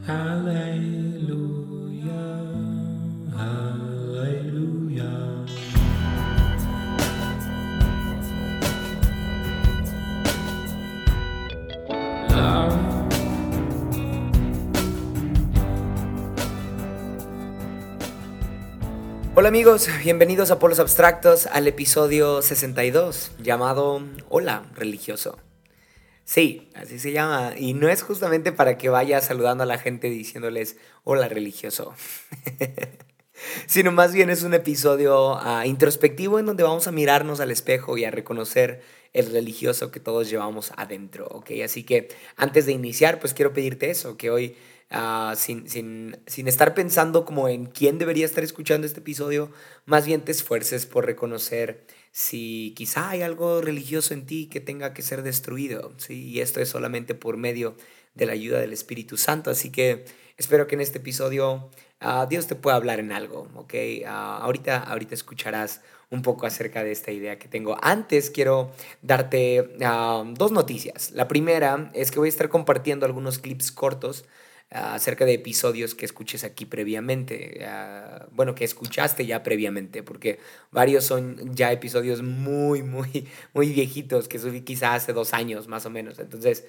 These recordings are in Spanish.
Aleluya, aleluya. Love. Hola amigos, bienvenidos a Polos Abstractos al episodio 62 llamado Hola Religioso. Sí, así se llama y no es justamente para que vaya saludando a la gente diciéndoles Hola Religioso, sino más bien es un episodio introspectivo en donde vamos a mirarnos al espejo y a reconocer el religioso que todos llevamos adentro, ¿ok? Así que antes de iniciar, pues quiero pedirte eso, que hoy, sin estar pensando como en quién debería estar escuchando este episodio, más bien te esfuerces por reconocer si quizá hay algo religioso en ti que tenga que ser destruido, ¿sí? Y esto es solamente por medio de la ayuda del Espíritu Santo, así que espero que en este episodio Dios te puede hablar en algo, ¿ok? Ahorita escucharás un poco acerca de esta idea que tengo. Antes quiero darte dos noticias. La primera es que voy a estar compartiendo algunos clips cortos acerca de episodios que escuches aquí previamente, bueno, que escuchaste ya previamente, porque varios son ya episodios muy viejitos que subí quizá hace 2 años más o menos. Entonces,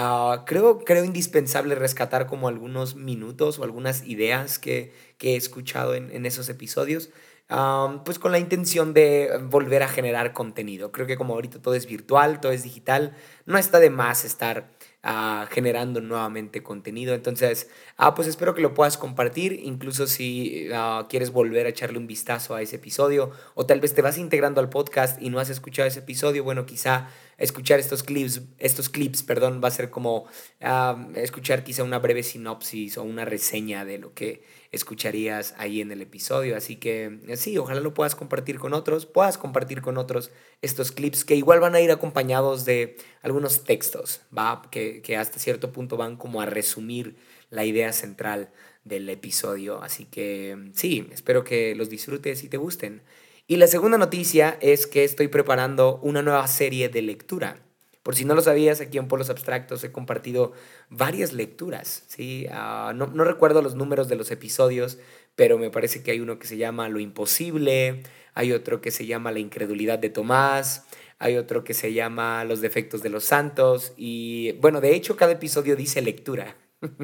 creo indispensable rescatar como algunos minutos o algunas ideas que he escuchado en esos episodios, pues con la intención de volver a generar contenido. Creo que como ahorita todo es virtual, todo es digital, no está de más estar generando nuevamente contenido. Entonces, pues espero que lo puedas compartir, incluso si quieres volver a echarle un vistazo a ese episodio, o tal vez te vas integrando al podcast y no has escuchado ese episodio. Bueno, quizá escuchar estos clips, perdón, va a ser como escuchar quizá una breve sinopsis o una reseña de lo que escucharías ahí en el episodio. Así que sí, ojalá lo puedas compartir con otros estos clips que igual van a ir acompañados de algunos textos, ¿va? Que hasta cierto punto van como a resumir la idea central del episodio. Así que sí, espero que los disfrutes y te gusten. Y la segunda noticia es que estoy preparando una nueva serie de lectura. Por si no lo sabías, aquí en Polos Abstractos he compartido varias lecturas, ¿sí? No recuerdo los números de los episodios, pero me parece que hay uno que se llama Lo Imposible, hay otro que se llama La Incredulidad de Tomás, hay otro que se llama Los Defectos de los Santos y, bueno, de hecho cada episodio dice lectura.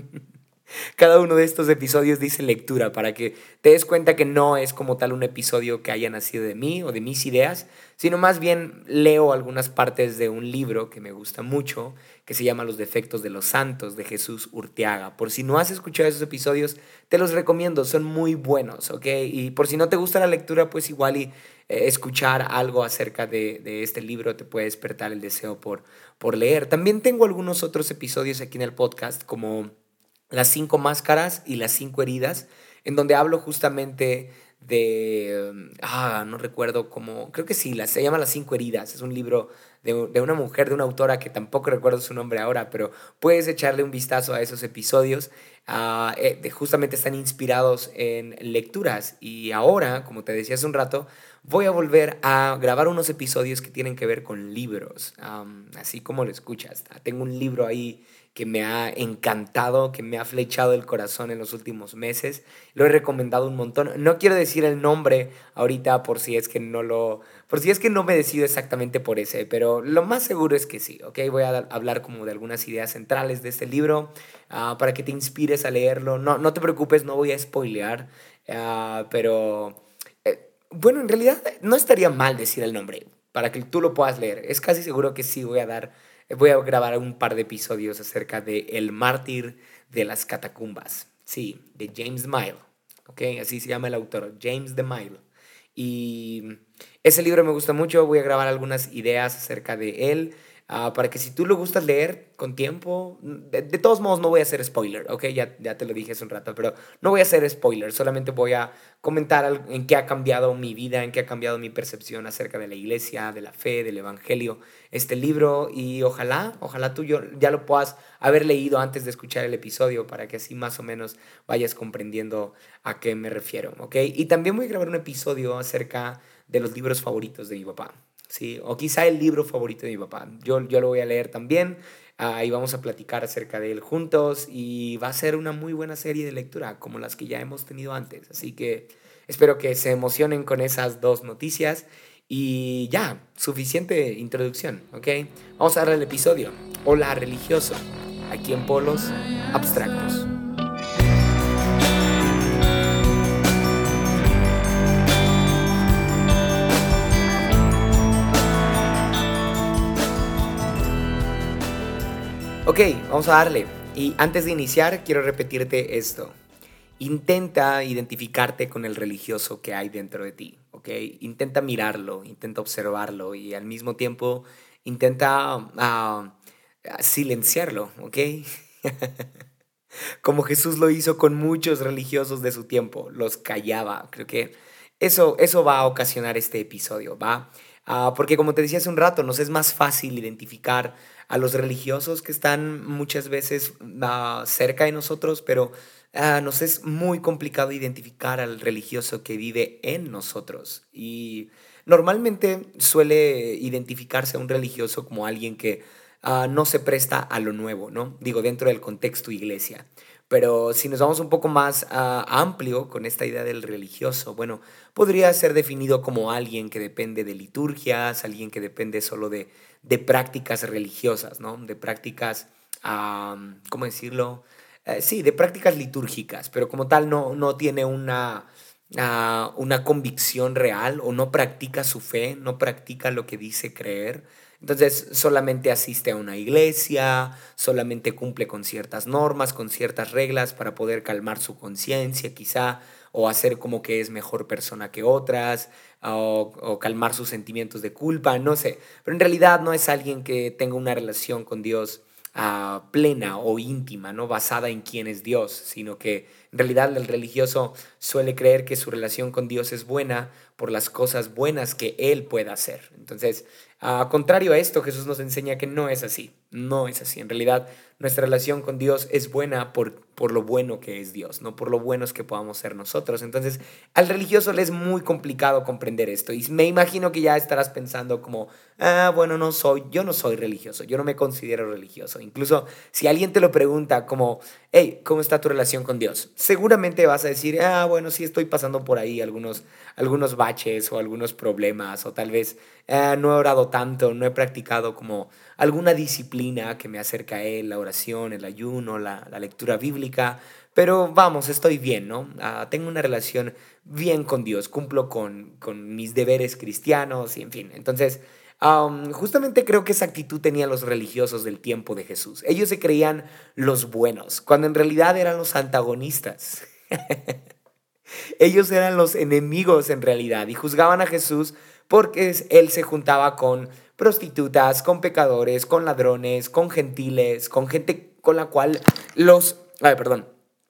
Cada uno de estos episodios dice lectura para que te des cuenta que no es como tal un episodio que haya nacido de mí o de mis ideas, sino más bien leo algunas partes de un libro que me gusta mucho, que se llama Los Defectos de los Santos, de Jesús Urteaga. Por si no has escuchado esos episodios, te los recomiendo, son muy buenos, ¿ok? Y por si no te gusta la lectura, pues igual escuchar algo acerca de este libro te puede despertar el deseo por leer. También tengo algunos otros episodios aquí en el podcast, como las 5 máscaras y las 5 heridas, en donde hablo justamente no recuerdo cómo, creo que sí, se llama Las 5 heridas, es un libro de una mujer, de una autora que tampoco recuerdo su nombre ahora, pero puedes echarle un vistazo a esos episodios. Justamente están inspirados en lecturas y ahora, como te decía hace un rato, voy a volver a grabar unos episodios que tienen que ver con libros, así como lo escuchas. Tengo un libro ahí que me ha encantado, que me ha flechado el corazón en los últimos meses. Lo he recomendado un montón. No quiero decir el nombre ahorita por si es que no me decido exactamente por ese, pero lo más seguro es que sí, ¿ok? Voy a hablar como de algunas ideas centrales de este libro, para que te inspires a leerlo. No te preocupes, no voy a spoilear, pero bueno, en realidad no estaría mal decir el nombre para que tú lo puedas leer. Es casi seguro que sí voy a grabar un par de episodios acerca de El mártir de las catacumbas. Sí, de James Mile. ¿Ok? Así se llama el autor, James de Mile. Y ese libro me gusta mucho, voy a grabar algunas ideas acerca de él, para que si tú lo gustas leer con tiempo, de todos modos no voy a hacer spoiler, ¿ok? Ya te lo dije hace un rato, pero no voy a hacer spoiler, solamente voy a comentar en qué ha cambiado mi vida, en qué ha cambiado mi percepción acerca de la iglesia, de la fe, del evangelio, este libro, y ojalá tú ya lo puedas haber leído antes de escuchar el episodio para que así más o menos vayas comprendiendo a qué me refiero, ¿ok? Y también voy a grabar un episodio acerca de los libros favoritos de mi papá, ¿sí? O quizá el libro favorito de mi papá. Yo lo voy a leer también. Y vamos a platicar acerca de él juntos y va a ser una muy buena serie de lectura como las que ya hemos tenido antes. Así que espero que se emocionen con esas dos noticias y ya, suficiente introducción, ¿ok? Vamos a darle el episodio. Hola religioso, aquí en Polos Abstractos. Ok, vamos a darle. Y antes de iniciar, quiero repetirte esto. Intenta identificarte con el religioso que hay dentro de ti, ¿ok? Intenta mirarlo, intenta observarlo y al mismo tiempo intenta silenciarlo, ¿ok? Como Jesús lo hizo con muchos religiosos de su tiempo, los callaba. Creo que eso va a ocasionar este episodio, ¿va? Porque como te decía hace un rato, nos es más fácil identificar a los religiosos que están muchas veces cerca de nosotros, pero nos es muy complicado identificar al religioso que vive en nosotros. Y normalmente suele identificarse a un religioso como alguien que no se presta a lo nuevo, ¿no? Digo, dentro del contexto iglesia. Pero si nos vamos un poco más amplio con esta idea del religioso, bueno, podría ser definido como alguien que depende de liturgias, alguien que depende solo de prácticas religiosas, ¿no? De prácticas, ¿cómo decirlo? Sí, de prácticas litúrgicas, pero como tal no tiene una convicción real o no practica su fe, no practica lo que dice creer. Entonces solamente asiste a una iglesia, solamente cumple con ciertas normas, con ciertas reglas para poder calmar su conciencia quizá, o hacer como que es mejor persona que otras, o calmar sus sentimientos de culpa, no sé. Pero en realidad no es alguien que tenga una relación con Dios plena o íntima, no basada en quién es Dios, sino que en realidad el religioso suele creer que su relación con Dios es buena por las cosas buenas que Él pueda hacer. Entonces, contrario a esto, Jesús nos enseña que no es así, no es así. En realidad, nuestra relación con Dios es buena por lo bueno que es Dios, no por lo buenos que podamos ser nosotros. Entonces, al religioso le es muy complicado comprender esto. Y me imagino que ya estarás pensando como, bueno, yo no soy religioso, yo no me considero religioso. Incluso si alguien te lo pregunta como, hey, ¿cómo está tu relación con Dios? Seguramente vas a decir, bueno, sí estoy pasando por ahí algunos baches o algunos problemas, o tal vez no he orado tanto, no he practicado como alguna disciplina que me acerca a Él, la oración, el ayuno, la lectura bíblica, pero vamos, estoy bien, ¿no? Tengo una relación bien con Dios, cumplo con mis deberes cristianos y en fin, entonces... justamente creo que esa actitud tenían los religiosos del tiempo de Jesús. Ellos se creían los buenos, cuando en realidad eran los antagonistas. Ellos eran los enemigos en realidad y juzgaban a Jesús porque él se juntaba con prostitutas, con pecadores, con ladrones, con gentiles, con gente con la cual perdón,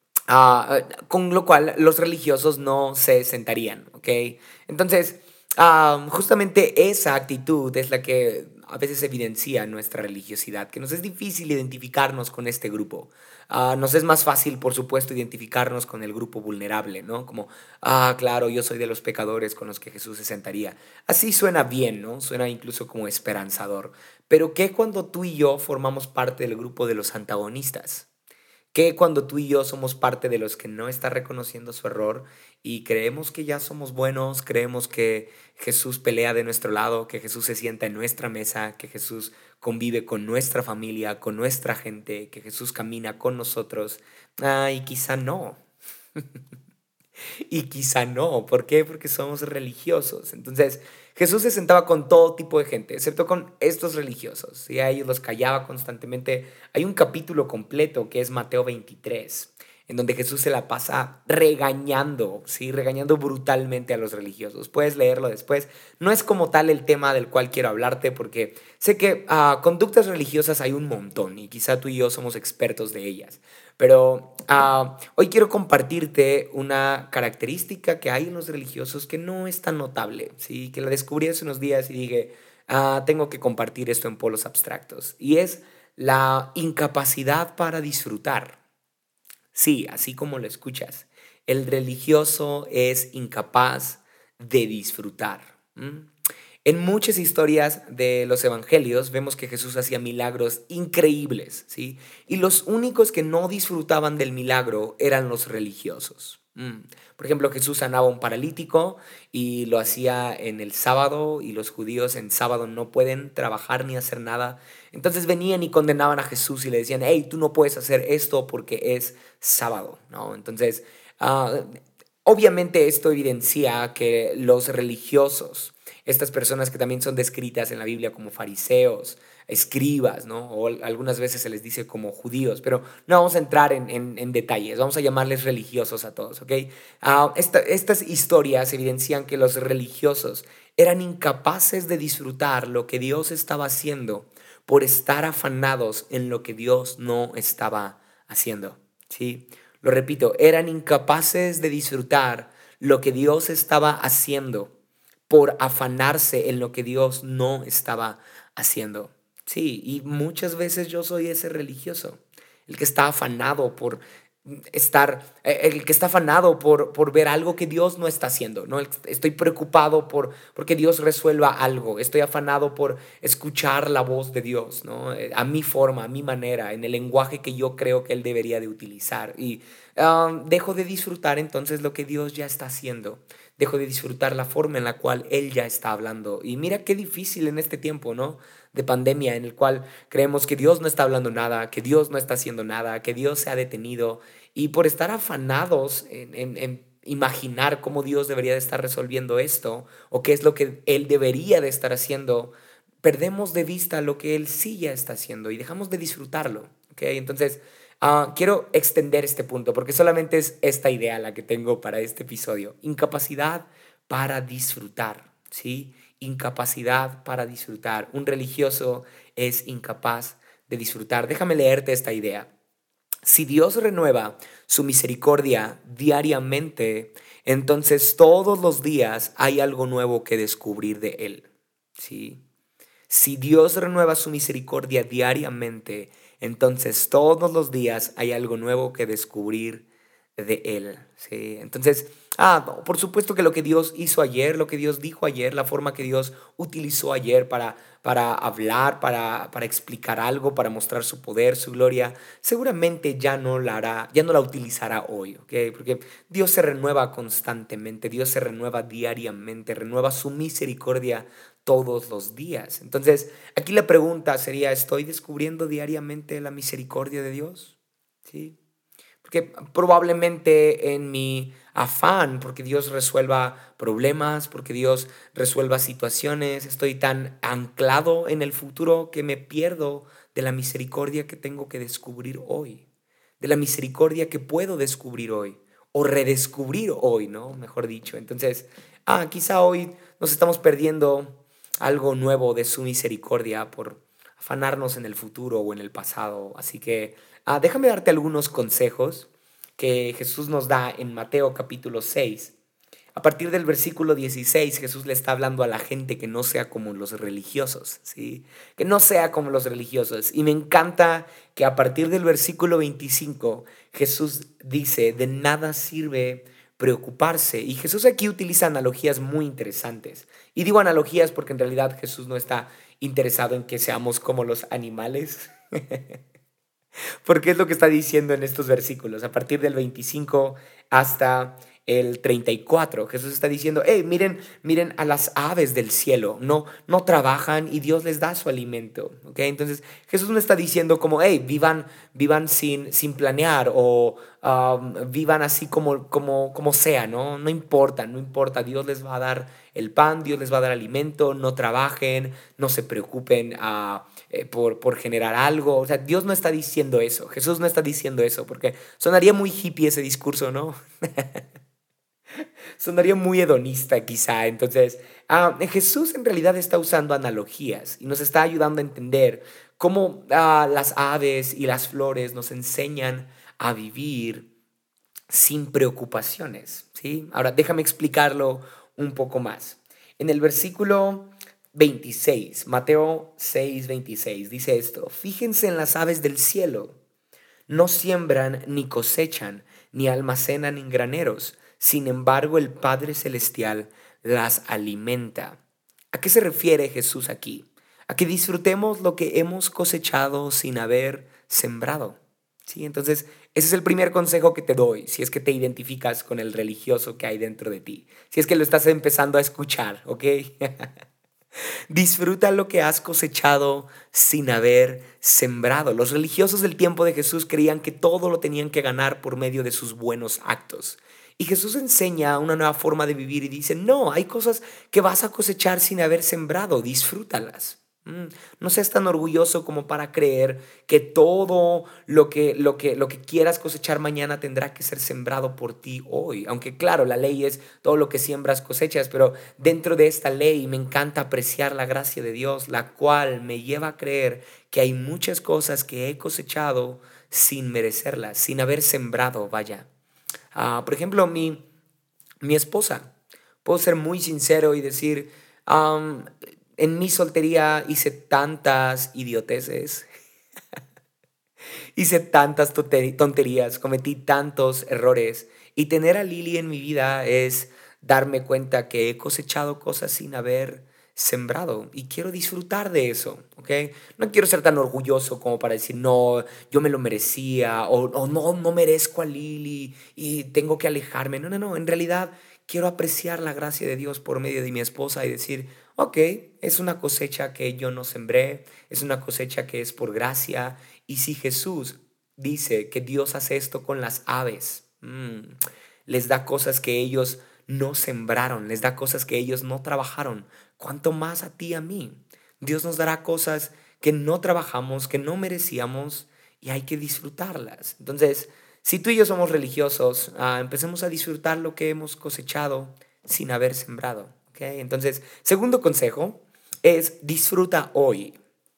con lo cual los religiosos no se sentarían, ¿ok? Entonces, justamente esa actitud es la que a veces evidencia nuestra religiosidad, que nos es difícil identificarnos con este grupo. Nos es más fácil, por supuesto, identificarnos con el grupo vulnerable, ¿no? Como, claro, yo soy de los pecadores con los que Jesús se sentaría. Así suena bien, ¿no? Suena incluso como esperanzador. Pero ¿qué cuando tú y yo formamos parte del grupo de los antagonistas? ¿Qué cuando tú y yo somos parte de los que no está reconociendo su error y creemos que ya somos buenos, creemos que Jesús pelea de nuestro lado, que Jesús se sienta en nuestra mesa, que Jesús convive con nuestra familia, con nuestra gente, que Jesús camina con nosotros? Y quizá no. Y quizá no. ¿Por qué? Porque somos religiosos. Entonces, Jesús se sentaba con todo tipo de gente, excepto con estos religiosos. Y a ellos los callaba constantemente. Hay un capítulo completo que es Mateo 23, en donde Jesús se la pasa regañando, ¿sí? Regañando brutalmente a los religiosos. Puedes leerlo después. No es como tal el tema del cual quiero hablarte, porque sé que conductas religiosas hay un montón y quizá tú y yo somos expertos de ellas. Pero hoy quiero compartirte una característica que hay en los religiosos que no es tan notable, ¿sí? Que la descubrí hace unos días y dije, tengo que compartir esto en polos abstractos. Y es la incapacidad para disfrutar. Sí, así como lo escuchas. El religioso es incapaz de disfrutar. ¿M? En muchas historias de los evangelios vemos que Jesús hacía milagros increíbles, ¿sí? Y los únicos que no disfrutaban del milagro eran los religiosos. Por ejemplo, Jesús sanaba a un paralítico y lo hacía en el sábado, y los judíos en sábado no pueden trabajar ni hacer nada. Entonces venían y condenaban a Jesús y le decían: hey, tú no puedes hacer esto porque es sábado, ¿no? Entonces, ah, obviamente esto evidencia que los religiosos, estas personas que también son descritas en la Biblia como fariseos, escribas, ¿no? O algunas veces se les dice como judíos, pero no vamos a entrar en detalles, vamos a llamarles religiosos a todos, ¿ok? Estas historias evidencian que los religiosos eran incapaces de disfrutar lo que Dios estaba haciendo por estar afanados en lo que Dios no estaba haciendo, ¿sí? Lo repito, eran incapaces de disfrutar lo que Dios estaba haciendo por afanarse en lo que Dios no estaba haciendo. Sí, y muchas veces yo soy ese religioso, el que está afanado por el que está afanado por ver algo que Dios no está haciendo, ¿no? Estoy preocupado porque Dios resuelva algo, estoy afanado por escuchar la voz de Dios, ¿no? A mi forma, a mi manera, en el lenguaje que yo creo que Él debería de utilizar. Y dejo de disfrutar entonces lo que Dios ya está haciendo. Dejo de disfrutar la forma en la cual Él ya está hablando. Y mira qué difícil en este tiempo, ¿no? De pandemia, en el cual creemos que Dios no está hablando nada, que Dios no está haciendo nada, que Dios se ha detenido. Y por estar afanados en imaginar cómo Dios debería de estar resolviendo esto, o qué es lo que Él debería de estar haciendo, perdemos de vista lo que Él sí ya está haciendo y dejamos de disfrutarlo. ¿Ok? Entonces, quiero extender este punto porque solamente es esta idea la que tengo para este episodio. Incapacidad para disfrutar, ¿sí? Incapacidad para disfrutar. Un religioso es incapaz de disfrutar. Déjame leerte esta idea. Si Dios renueva su misericordia diariamente, entonces todos los días hay algo nuevo que descubrir de Él, ¿sí? Si Dios renueva su misericordia diariamente, entonces todos los días hay algo nuevo que descubrir de Él, ¿sí? Entonces, por supuesto que lo que Dios hizo ayer, lo que Dios dijo ayer, la forma que Dios utilizó ayer para hablar, para explicar algo, para mostrar su poder, su gloria, seguramente ya no la hará, ya no la utilizará hoy, ¿ok? Porque Dios se renueva constantemente, Dios se renueva diariamente, renueva su misericordia todos los días. Entonces, aquí la pregunta sería: ¿estoy descubriendo diariamente la misericordia de Dios? ¿Sí? Porque probablemente en mi afán, porque Dios resuelva problemas, porque Dios resuelva situaciones, estoy tan anclado en el futuro que me pierdo de la misericordia que tengo que descubrir hoy, de la misericordia que puedo descubrir hoy, o redescubrir hoy, ¿no? Mejor dicho. Entonces, quizá hoy nos estamos perdiendo algo nuevo de su misericordia por afanarnos en el futuro o en el pasado. Así que déjame darte algunos consejos que Jesús nos da en Mateo capítulo 6. A partir del versículo 16, Jesús le está hablando a la gente que no sea como los religiosos, ¿sí? Que no sea como los religiosos. Y me encanta que a partir del versículo 25, Jesús dice: de nada sirve preocuparse. Y Jesús aquí utiliza analogías muy interesantes. Y digo analogías porque en realidad Jesús no está interesado en que seamos como los animales. Porque es lo que está diciendo en estos versículos, a partir del 25 hasta el 34. Jesús está diciendo: hey, miren a las aves del cielo, no trabajan y Dios les da su alimento. ¿Okay? Entonces Jesús no está diciendo como: hey, vivan sin planear, o vivan así como sea, ¿no? No importa, no importa, Dios les va a dar el pan, Dios les va a dar alimento, no trabajen, no se preocupen por generar algo. O sea, Dios no está diciendo eso, Jesús no está diciendo eso, porque sonaría muy hippie ese discurso, ¿no? Sonaría muy hedonista quizá. Entonces, Jesús en realidad está usando analogías y nos está ayudando a entender cómo las aves y las flores nos enseñan a vivir sin preocupaciones, ¿sí? Ahora, déjame explicarlo un poco más. En el versículo 26, Mateo 6:26, dice esto: fíjense en las aves del cielo, no siembran ni cosechan ni almacenan en graneros, sin embargo el Padre Celestial las alimenta. ¿A qué se refiere Jesús aquí? A que disfrutemos lo que hemos cosechado sin haber sembrado. ¿Sí? Entonces, ese es el primer consejo que te doy, si es que te identificas con el religioso que hay dentro de ti, si es que lo estás empezando a escuchar, ¿ok? Disfruta lo que has cosechado sin haber sembrado. Los religiosos del tiempo de Jesús creían que todo lo tenían que ganar por medio de sus buenos actos. Y Jesús enseña una nueva forma de vivir y dice, no, hay cosas que vas a cosechar sin haber sembrado, disfrútalas. No seas tan orgulloso como para creer que todo lo que quieras cosechar mañana tendrá que ser sembrado por ti hoy. Aunque claro, la ley es todo lo que siembras cosechas, pero dentro de esta ley me encanta apreciar la gracia de Dios, la cual me lleva a creer que hay muchas cosas que he cosechado sin merecerlas, sin haber sembrado, vaya. Por ejemplo, mi esposa. Puedo ser muy sincero y decir, en mi soltería hice tantas idioteces, hice tantas tonterías, cometí tantos errores. Y tener a Lili en mi vida es darme cuenta que he cosechado cosas sin haber sembrado y quiero disfrutar de eso, ¿ok? No quiero ser tan orgulloso como para decir, no, yo me lo merecía o no, no merezco a Lili y tengo que alejarme. No, no, no, en realidad quiero apreciar la gracia de Dios por medio de mi esposa y decir, ok, es una cosecha que yo no sembré, es una cosecha que es por gracia. Y si Jesús dice que Dios hace esto con las aves, les da cosas que ellos no sembraron, les da cosas que ellos no trabajaron, ¿cuánto más a ti y a mí? Dios nos dará cosas que no trabajamos, que no merecíamos y hay que disfrutarlas. Entonces, si tú y yo somos religiosos, empecemos a disfrutar lo que hemos cosechado sin haber sembrado. ¿Okay? Entonces, segundo consejo es disfruta hoy.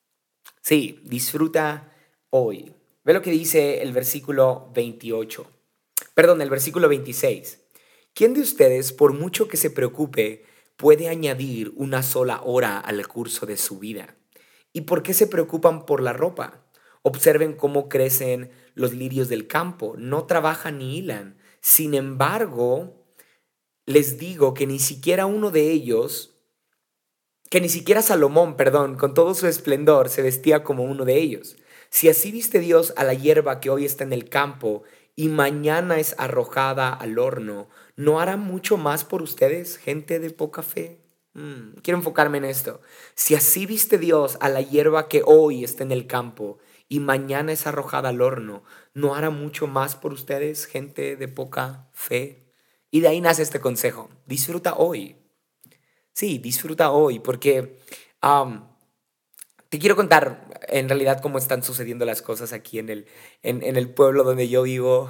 Sí, disfruta hoy. Ve lo que dice el versículo 28. Perdón, el versículo 26. ¿Quién de ustedes, por mucho que se preocupe, puede añadir una sola hora al curso de su vida? ¿Y por qué se preocupan por la ropa? Observen cómo crecen los lirios del campo. No trabajan ni hilan. Sin embargo, les digo que ni siquiera uno de ellos, que ni siquiera Salomón, perdón, con todo su esplendor, se vestía como uno de ellos. Si así viste Dios a la hierba que hoy está en el campo y mañana es arrojada al horno, ¿no hará mucho más por ustedes, gente de poca fe? Quiero enfocarme en esto. Si así viste Dios a la hierba que hoy está en el campo y mañana es arrojada al horno, ¿no hará mucho más por ustedes, gente de poca fe? Y de ahí nace este consejo. Disfruta hoy. Sí, disfruta hoy, porque am, te quiero contar en realidad cómo están sucediendo las cosas aquí en el pueblo donde yo vivo.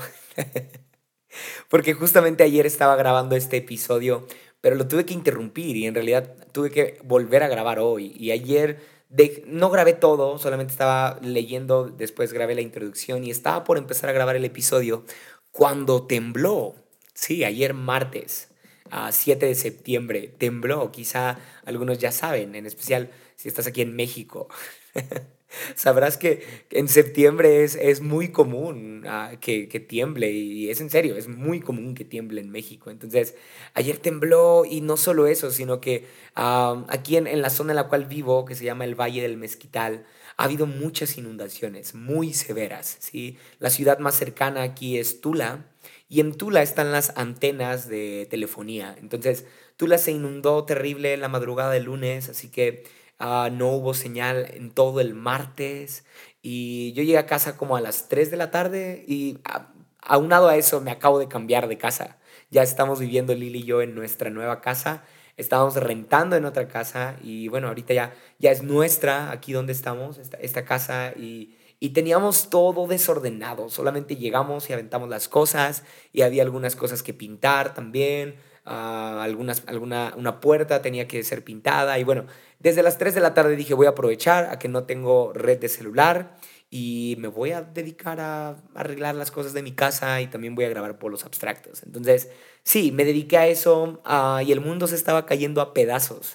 Porque justamente ayer estaba grabando este episodio, pero lo tuve que interrumpir y en realidad tuve que volver a grabar hoy. Y ayer no grabé todo, solamente estaba leyendo, después grabé la introducción y estaba por empezar a grabar el episodio cuando tembló. Sí, ayer martes, 7 de septiembre, tembló. Quizá algunos ya saben, en especial si estás aquí en México. Sabrás que en septiembre es muy común que tiemble y es en serio, es muy común que tiemble en México. Entonces, ayer tembló y no solo eso, sino que aquí en la zona en la cual vivo, que se llama el Valle del Mezquital, ha habido muchas inundaciones muy severas, ¿sí? La ciudad más cercana aquí es Tula y en Tula están las antenas de telefonía. Entonces, Tula se inundó terrible la madrugada del lunes, así que no hubo señal en todo el martes y yo llegué a casa como a las 3 de la tarde y aunado a eso me acabo de cambiar de casa. Ya estamos viviendo Lili y yo en nuestra nueva casa. Estábamos rentando en otra casa y bueno, ahorita ya es nuestra, aquí donde estamos, esta casa y teníamos todo desordenado. Solamente llegamos y aventamos las cosas y había algunas cosas que pintar también. Una puerta tenía que ser pintada y bueno, desde las 3 de la tarde dije voy a aprovechar a que no tengo red de celular y me voy a dedicar a arreglar las cosas de mi casa y también voy a grabar polos abstractos. Entonces, sí, me dediqué a eso y el mundo se estaba cayendo a pedazos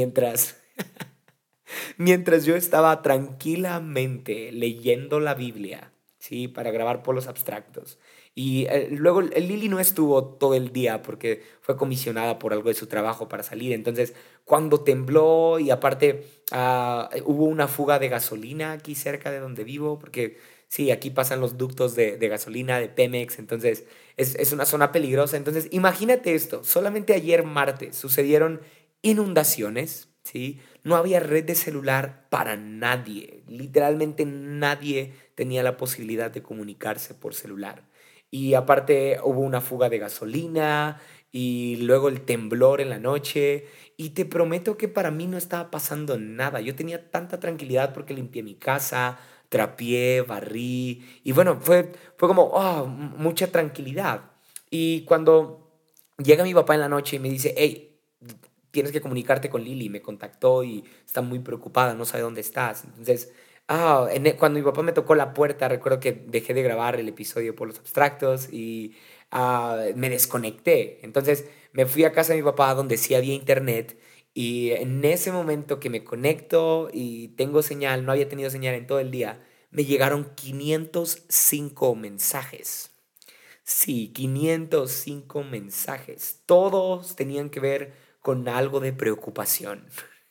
mientras yo estaba tranquilamente leyendo la Biblia, ¿sí? Para grabar polos abstractos. Y luego el Lili no estuvo todo el día porque fue comisionada por algo de su trabajo para salir. Entonces, cuando tembló y aparte hubo una fuga de gasolina aquí cerca de donde vivo, porque sí, aquí pasan los ductos de gasolina, de Pemex, entonces es una zona peligrosa. Entonces, imagínate esto, solamente ayer martes sucedieron inundaciones, ¿sí? No había red de celular para nadie, literalmente nadie tenía la posibilidad de comunicarse por celular. Y aparte hubo una fuga de gasolina y luego el temblor en la noche. Y te prometo que para mí no estaba pasando nada. Yo tenía tanta tranquilidad porque limpié mi casa, trapié, barrí. Y bueno, fue como mucha tranquilidad. Y cuando llega mi papá en la noche y me dice, hey, tienes que comunicarte con Lili. Me contactó y está muy preocupada, no sabe dónde estás. Entonces, cuando mi papá me tocó la puerta, recuerdo que dejé de grabar el episodio por los abstractos y me desconecté. Entonces, me fui a casa de mi papá donde sí había internet y en ese momento que me conecto y tengo señal, no había tenido señal en todo el día, me llegaron 505 mensajes. Sí, 505 mensajes. Todos tenían que ver con algo de preocupación,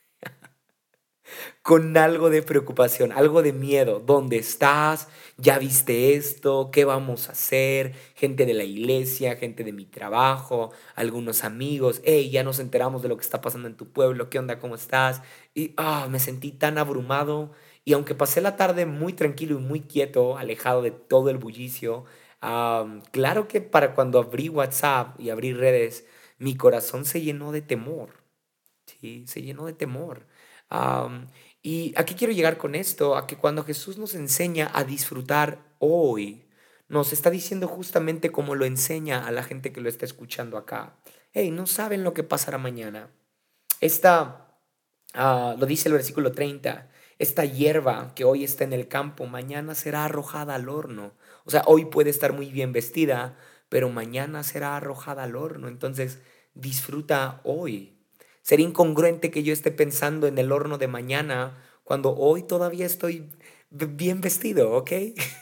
con algo de preocupación, algo de miedo. ¿Dónde estás? ¿Ya viste esto? ¿Qué vamos a hacer? Gente de la iglesia, gente de mi trabajo, algunos amigos. Hey, ya nos enteramos de lo que está pasando en tu pueblo. ¿Qué onda? ¿Cómo estás? Y me sentí tan abrumado. Y aunque pasé la tarde muy tranquilo y muy quieto, alejado de todo el bullicio, claro que para cuando abrí WhatsApp y abrí redes, mi corazón se llenó de temor. Sí, se llenó de temor. Am, ¿Y a qué quiero llegar con esto? A que cuando Jesús nos enseña a disfrutar hoy, nos está diciendo justamente como lo enseña a la gente que lo está escuchando acá. Hey, no saben lo que pasará mañana. Esta, lo dice el versículo 30, esta hierba que hoy está en el campo, mañana será arrojada al horno. O sea, hoy puede estar muy bien vestida, pero mañana será arrojada al horno. Entonces, disfruta hoy. Sería incongruente que yo esté pensando en el horno de mañana cuando hoy todavía estoy bien vestido, ¿ok?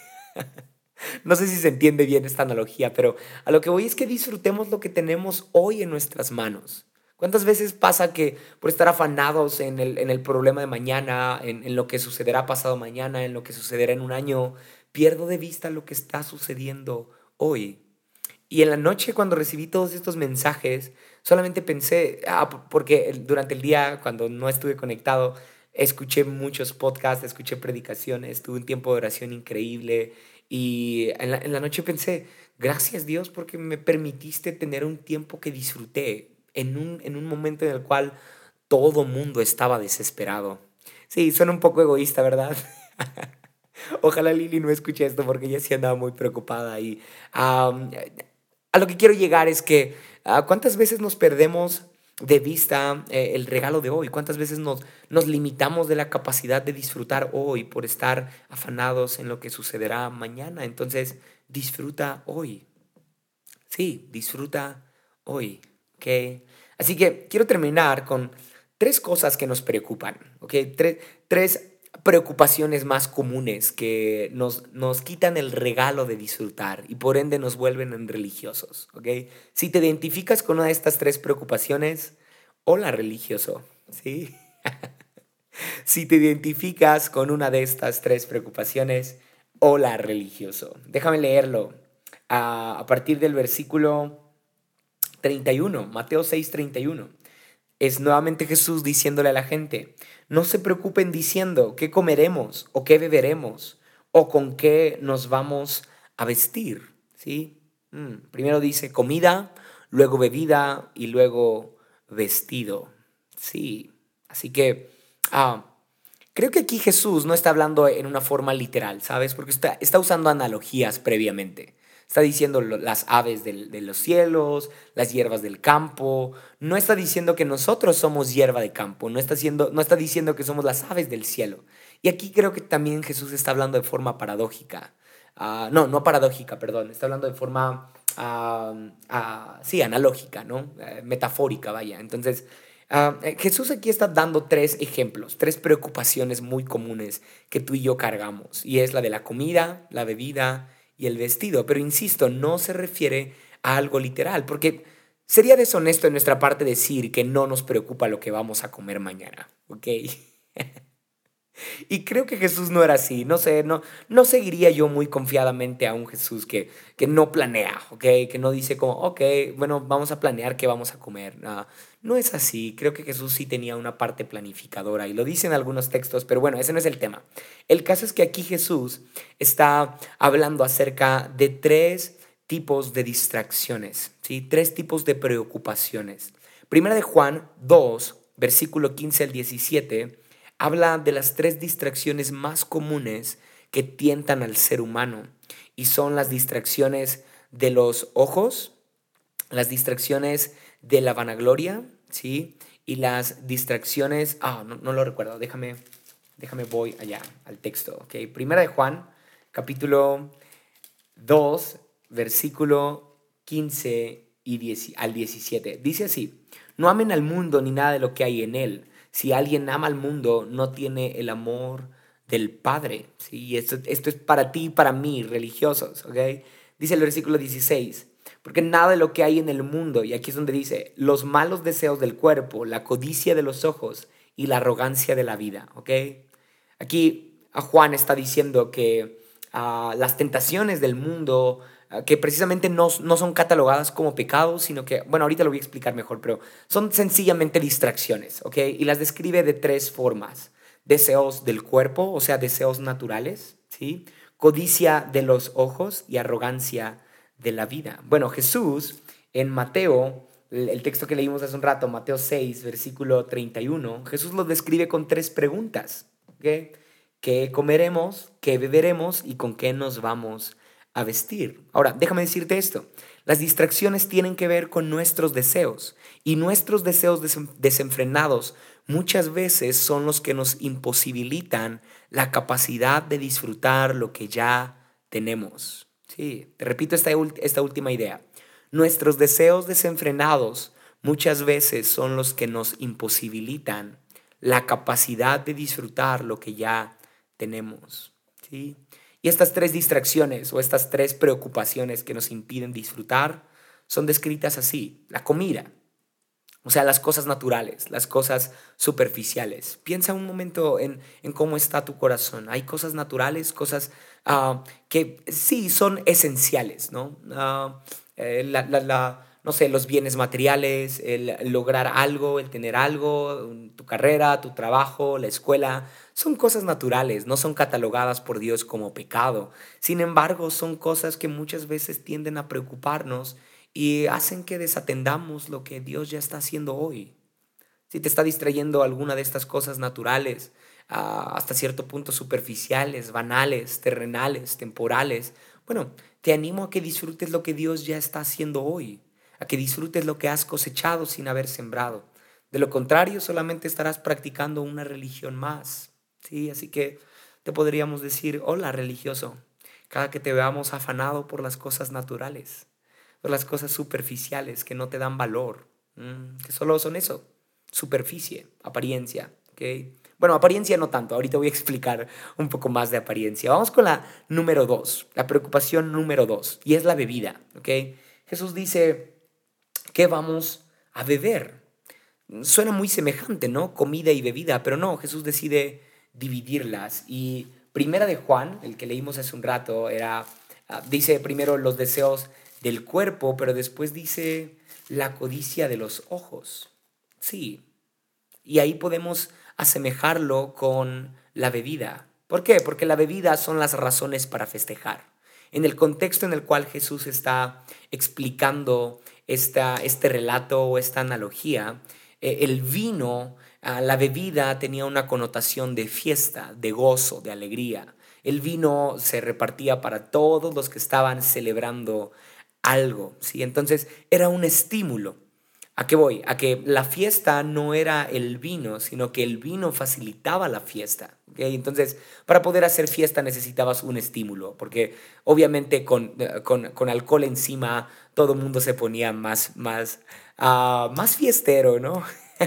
No sé si se entiende bien esta analogía, pero a lo que voy es que disfrutemos lo que tenemos hoy en nuestras manos. ¿Cuántas veces pasa que por estar afanados en el problema de mañana, en lo que sucederá pasado mañana, en lo que sucederá en un año, pierdo de vista lo que está sucediendo hoy? Y en la noche cuando recibí todos estos mensajes, solamente pensé, porque durante el día, cuando no estuve conectado, escuché muchos podcasts, escuché predicaciones, tuve un tiempo de oración increíble y en la noche pensé, gracias Dios porque me permitiste tener un tiempo que disfruté en un momento en el cual todo mundo estaba desesperado. Sí, suena un poco egoísta, ¿verdad? Ojalá Lili no escuche esto porque ella sí andaba muy preocupada y am, a lo que quiero llegar es que cuántas veces nos perdemos de vista el regalo de hoy, cuántas veces nos limitamos de la capacidad de disfrutar hoy por estar afanados en lo que sucederá mañana. Entonces, disfruta hoy. Sí, disfruta hoy. ¿Ok? Así que quiero terminar con tres cosas que nos preocupan. ¿Ok? Tres preocupaciones más comunes que nos quitan el regalo de disfrutar y por ende nos vuelven en religiosos. ¿Ok? Si te identificas con una de estas tres preocupaciones, hola religioso. ¿Sí? Si te identificas con una de estas tres preocupaciones, hola religioso. Déjame leerlo a partir del versículo 31, Mateo 6:31. Es nuevamente Jesús diciéndole a la gente, no se preocupen diciendo qué comeremos o qué beberemos o con qué nos vamos a vestir. ¿Sí? Primero dice comida, luego bebida y luego vestido. Sí, así que creo que aquí Jesús no está hablando en una forma literal, ¿sabes? Porque está usando analogías previamente. Está diciendo las aves de los cielos, las hierbas del campo. No está diciendo que nosotros somos hierba de campo. No está diciendo que somos las aves del cielo. Y aquí creo que también Jesús está hablando de forma paradójica. No, no paradójica, perdón. Está hablando de forma, sí, analógica, ¿no? Metafórica, vaya. Entonces, Jesús aquí está dando tres ejemplos, tres preocupaciones muy comunes que tú y yo cargamos. Y es la de la comida, la bebida y el vestido. Pero insisto, no se refiere a algo literal, porque sería deshonesto en nuestra parte decir que no nos preocupa lo que vamos a comer mañana, ¿ok? Y creo que Jesús no era así. No sé, no seguiría yo muy confiadamente a un Jesús que no planea, ¿ok? Que no dice como, ok, bueno, vamos a planear qué vamos a comer. No, no es así. Creo que Jesús sí tenía una parte planificadora y lo dicen algunos textos, pero bueno, ese no es el tema. El caso es que aquí Jesús está hablando acerca de tres tipos de distracciones, ¿sí? Tres tipos de preocupaciones. Primera de Juan 2, versículo 15 al 17 habla de las tres distracciones más comunes que tientan al ser humano y son las distracciones de los ojos, las distracciones de la vanagloria, ¿sí? Y las distracciones, no lo recuerdo, déjame voy allá al texto, ¿ok? Primera de Juan, capítulo 2, versículo 15 y 10 al 17. Dice así: no amen al mundo ni nada de lo que hay en él. Si alguien ama al mundo, no tiene el amor del Padre. ¿Sí? Y esto es para ti y para mí, religiosos. ¿Ok? Dice el versículo 16. Porque nada de lo que hay en el mundo, y aquí es donde dice, los malos deseos del cuerpo, la codicia de los ojos y la arrogancia de la vida. ¿Ok? Aquí a Juan está diciendo que las tentaciones del mundo, que precisamente no son catalogadas como pecados, sino que, bueno, ahorita lo voy a explicar mejor, pero son sencillamente distracciones, ¿ok? Y las describe de tres formas: deseos del cuerpo, o sea, deseos naturales, ¿sí? Codicia de los ojos y arrogancia de la vida. Bueno, Jesús en Mateo, el texto que leímos hace un rato, Mateo 6, versículo 31, Jesús lo describe con tres preguntas, ¿ok? ¿Qué comeremos? ¿Qué beberemos? ¿Y con qué nos vamos a vestir? Ahora, déjame decirte esto. Las distracciones tienen que ver con nuestros deseos y nuestros deseos desenfrenados muchas veces son los que nos imposibilitan la capacidad de disfrutar lo que ya tenemos. Sí, te repito esta última idea. Nuestros deseos desenfrenados muchas veces son los que nos imposibilitan la capacidad de disfrutar lo que ya tenemos, ¿sí? Y estas tres distracciones o estas tres preocupaciones que nos impiden disfrutar son descritas así: la comida, o sea, las cosas naturales, las cosas superficiales. Piensa un momento en cómo está tu corazón. Hay cosas naturales, cosas que sí son esenciales, ¿no? No sé, los bienes materiales, el lograr algo, el tener algo, tu carrera, tu trabajo, la escuela, son cosas naturales, no son catalogadas por Dios como pecado. Sin embargo, son cosas que muchas veces tienden a preocuparnos y hacen que desatendamos lo que Dios ya está haciendo hoy. Si te está distrayendo alguna de estas cosas naturales, hasta cierto punto superficiales, banales, terrenales, temporales, bueno, te animo a que disfrutes lo que Dios ya está haciendo hoy, a que disfrutes lo que has cosechado sin haber sembrado. De lo contrario, solamente estarás practicando una religión más. ¿Sí? Así que te podríamos decir: hola, religioso, cada que te veamos afanado por las cosas naturales, por las cosas superficiales que no te dan valor, que solo son eso, superficie, apariencia, ¿ok? Bueno, apariencia no tanto, ahorita voy a explicar un poco más de apariencia. Vamos con la número 2, la preocupación número 2, y es la bebida, ¿ok? Jesús dice: ¿qué vamos a beber? Suena muy semejante, ¿no? Comida y bebida, pero no, Jesús decide dividirlas. Y primera de Juan, el que leímos hace un rato, dice primero los deseos del cuerpo, pero después dice la codicia de los ojos. Sí, y ahí podemos asemejarlo con la bebida. ¿Por qué? Porque la bebida son las razones para festejar. En el contexto en el cual Jesús está explicando este relato o esta analogía, el vino, la bebida tenía una connotación de fiesta, de gozo, de alegría. El vino se repartía para todos los que estaban celebrando algo, ¿sí? Entonces era un estímulo. ¿A qué voy? A que la fiesta no era el vino, sino que el vino facilitaba la fiesta. ¿Okay? Entonces, para poder hacer fiesta necesitabas un estímulo, porque obviamente con alcohol encima todo el mundo se ponía más fiestero, ¿no?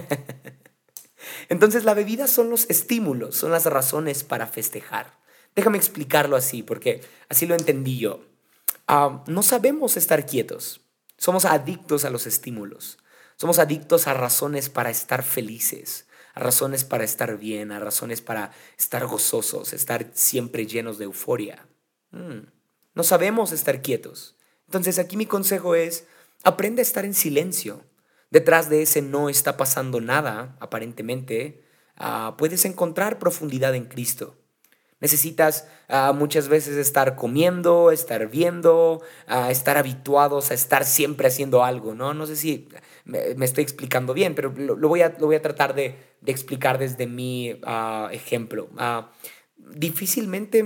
Entonces, la bebida son los estímulos, son las razones para festejar. Déjame explicarlo así, porque así lo entendí yo. No sabemos estar quietos. Somos adictos a los estímulos. Somos adictos a razones para estar felices, a razones para estar bien, a razones para estar gozosos, estar siempre llenos de euforia. No sabemos estar quietos. Entonces aquí mi consejo es, aprende a estar en silencio. Detrás de ese no está pasando nada, aparentemente, puedes encontrar profundidad en Cristo. Necesitas muchas veces estar comiendo, estar viendo, estar habituados a estar siempre haciendo algo, ¿no? No sé si me estoy explicando bien, pero lo voy a tratar de explicar desde mi ejemplo. Difícilmente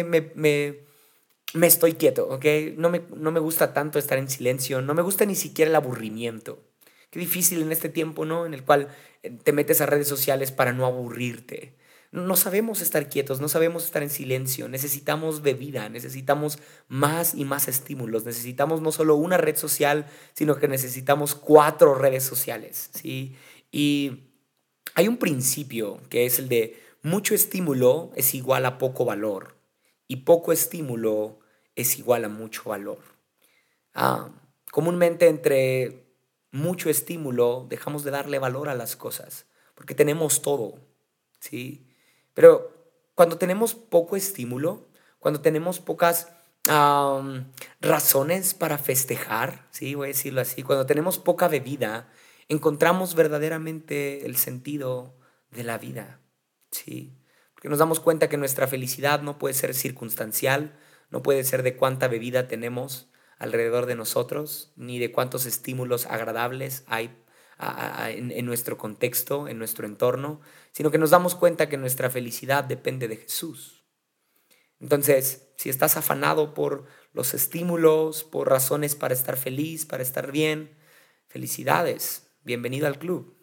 me estoy quieto, ¿ok? No me gusta tanto estar en silencio, no me gusta ni siquiera el aburrimiento. Qué difícil en este tiempo, ¿no? En el cual te metes a redes sociales para no aburrirte. No sabemos estar quietos, no sabemos estar en silencio. Necesitamos bebida, necesitamos más y más estímulos. Necesitamos no solo una red social, sino que necesitamos 4 redes sociales, ¿sí? Y hay un principio que es el de mucho estímulo es igual a poco valor y poco estímulo es igual a mucho valor. Ah, Comúnmente entre mucho estímulo dejamos de darle valor a las cosas porque tenemos todo, ¿sí? Pero cuando tenemos poco estímulo, cuando tenemos pocas razones para festejar, ¿sí? Voy a decirlo así, cuando tenemos poca bebida, encontramos verdaderamente el sentido de la vida, ¿sí? Porque nos damos cuenta que nuestra felicidad no puede ser circunstancial, no puede ser de cuánta bebida tenemos alrededor de nosotros, ni de cuántos estímulos agradables hay en nuestro contexto, en nuestro entorno, sino que nos damos cuenta que nuestra felicidad depende de Jesús. Entonces, si estás afanado por los estímulos, por razones para estar feliz, para estar bien, felicidades, bienvenido al club.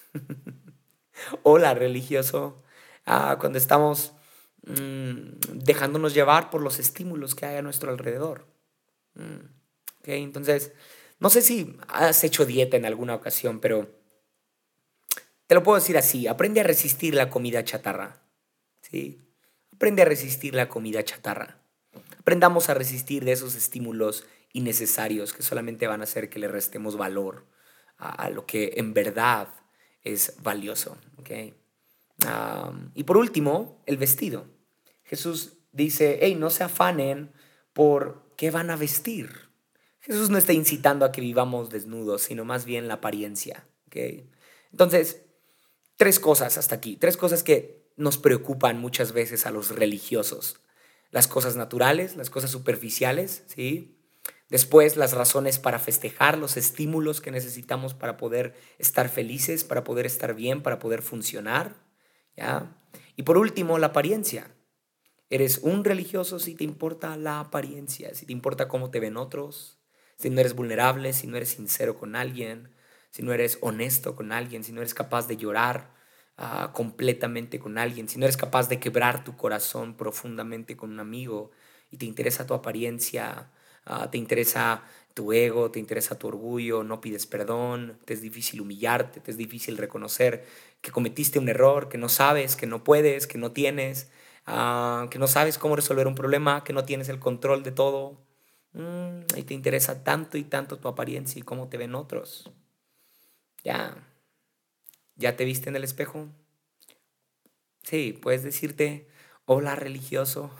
Hola, religioso. Cuando estamos dejándonos llevar por los estímulos que hay a nuestro alrededor. Ok, entonces, no sé si has hecho dieta en alguna ocasión, pero te lo puedo decir así, aprende a resistir la comida chatarra, ¿sí? Aprende a resistir la comida chatarra. Aprendamos a resistir de esos estímulos innecesarios que solamente van a hacer que le restemos valor a lo que en verdad es valioso, ¿ok? Y por último, el vestido. Jesús dice, hey, no se afanen por qué van a vestir. Jesús no está incitando a que vivamos desnudos, sino más bien la apariencia, ¿ok? Entonces, 3 cosas hasta aquí, 3 cosas que nos preocupan muchas veces a los religiosos. Las cosas naturales, las cosas superficiales, ¿sí? Después, las razones para festejar, los estímulos que necesitamos para poder estar felices, para poder estar bien, para poder funcionar, ¿ya? Y por último, la apariencia. Eres un religioso si te importa la apariencia, si te importa cómo te ven otros, si no eres vulnerable, si no eres sincero con alguien, si no eres honesto con alguien, si no eres capaz de llorar completamente con alguien, si no eres capaz de quebrar tu corazón profundamente con un amigo y te interesa tu apariencia, te interesa tu ego, te interesa tu orgullo, no pides perdón, te es difícil humillarte, te es difícil reconocer que cometiste un error, que no sabes, que no puedes, que no tienes, que no sabes cómo resolver un problema, que no tienes el control de todo. Y te interesa tanto y tanto tu apariencia y cómo te ven otros. ¿Ya te viste en el espejo? Sí, puedes decirte, hola religioso.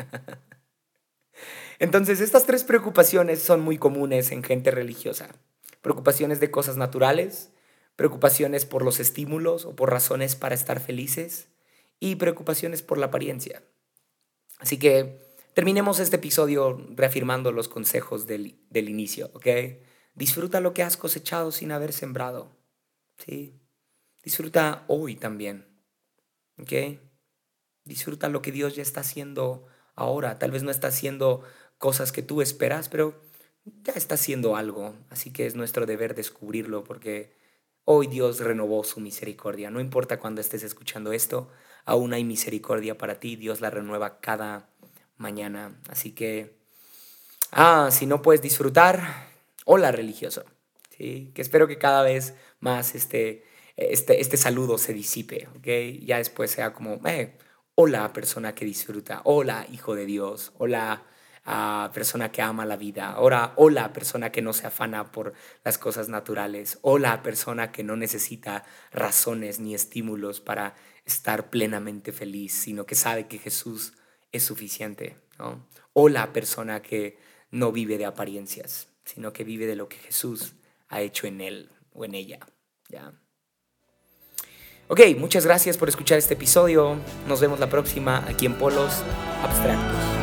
Entonces, estas 3 preocupaciones son muy comunes en gente religiosa. Preocupaciones de cosas naturales, preocupaciones por los estímulos o por razones para estar felices y preocupaciones por la apariencia. Así que terminemos este episodio reafirmando los consejos del inicio, ¿ok? Disfruta lo que has cosechado sin haber sembrado, ¿sí? Disfruta hoy también, ¿ok? Disfruta lo que Dios ya está haciendo ahora. Tal vez no está haciendo cosas que tú esperas, pero ya está haciendo algo. Así que es nuestro deber descubrirlo porque hoy Dios renovó su misericordia. No importa cuando estés escuchando esto, aún hay misericordia para ti. Dios la renueva cada mañana. Así que, si no puedes disfrutar, hola religioso. ¿Sí? Que espero que cada vez más este saludo se disipe, ¿ok? Ya después sea como, hola persona que disfruta, hola hijo de Dios, hola persona que ama la vida. Ahora, hola, persona que no se afana por las cosas naturales. Hola, persona que no necesita razones ni estímulos para estar plenamente feliz, sino que sabe que Jesús es suficiente, ¿no? Hola, persona que no vive de apariencias, sino que vive de lo que Jesús ha hecho en él o en ella, ¿ya? Ok, muchas gracias por escuchar este episodio. Nos vemos la próxima aquí en Polos Abstractos.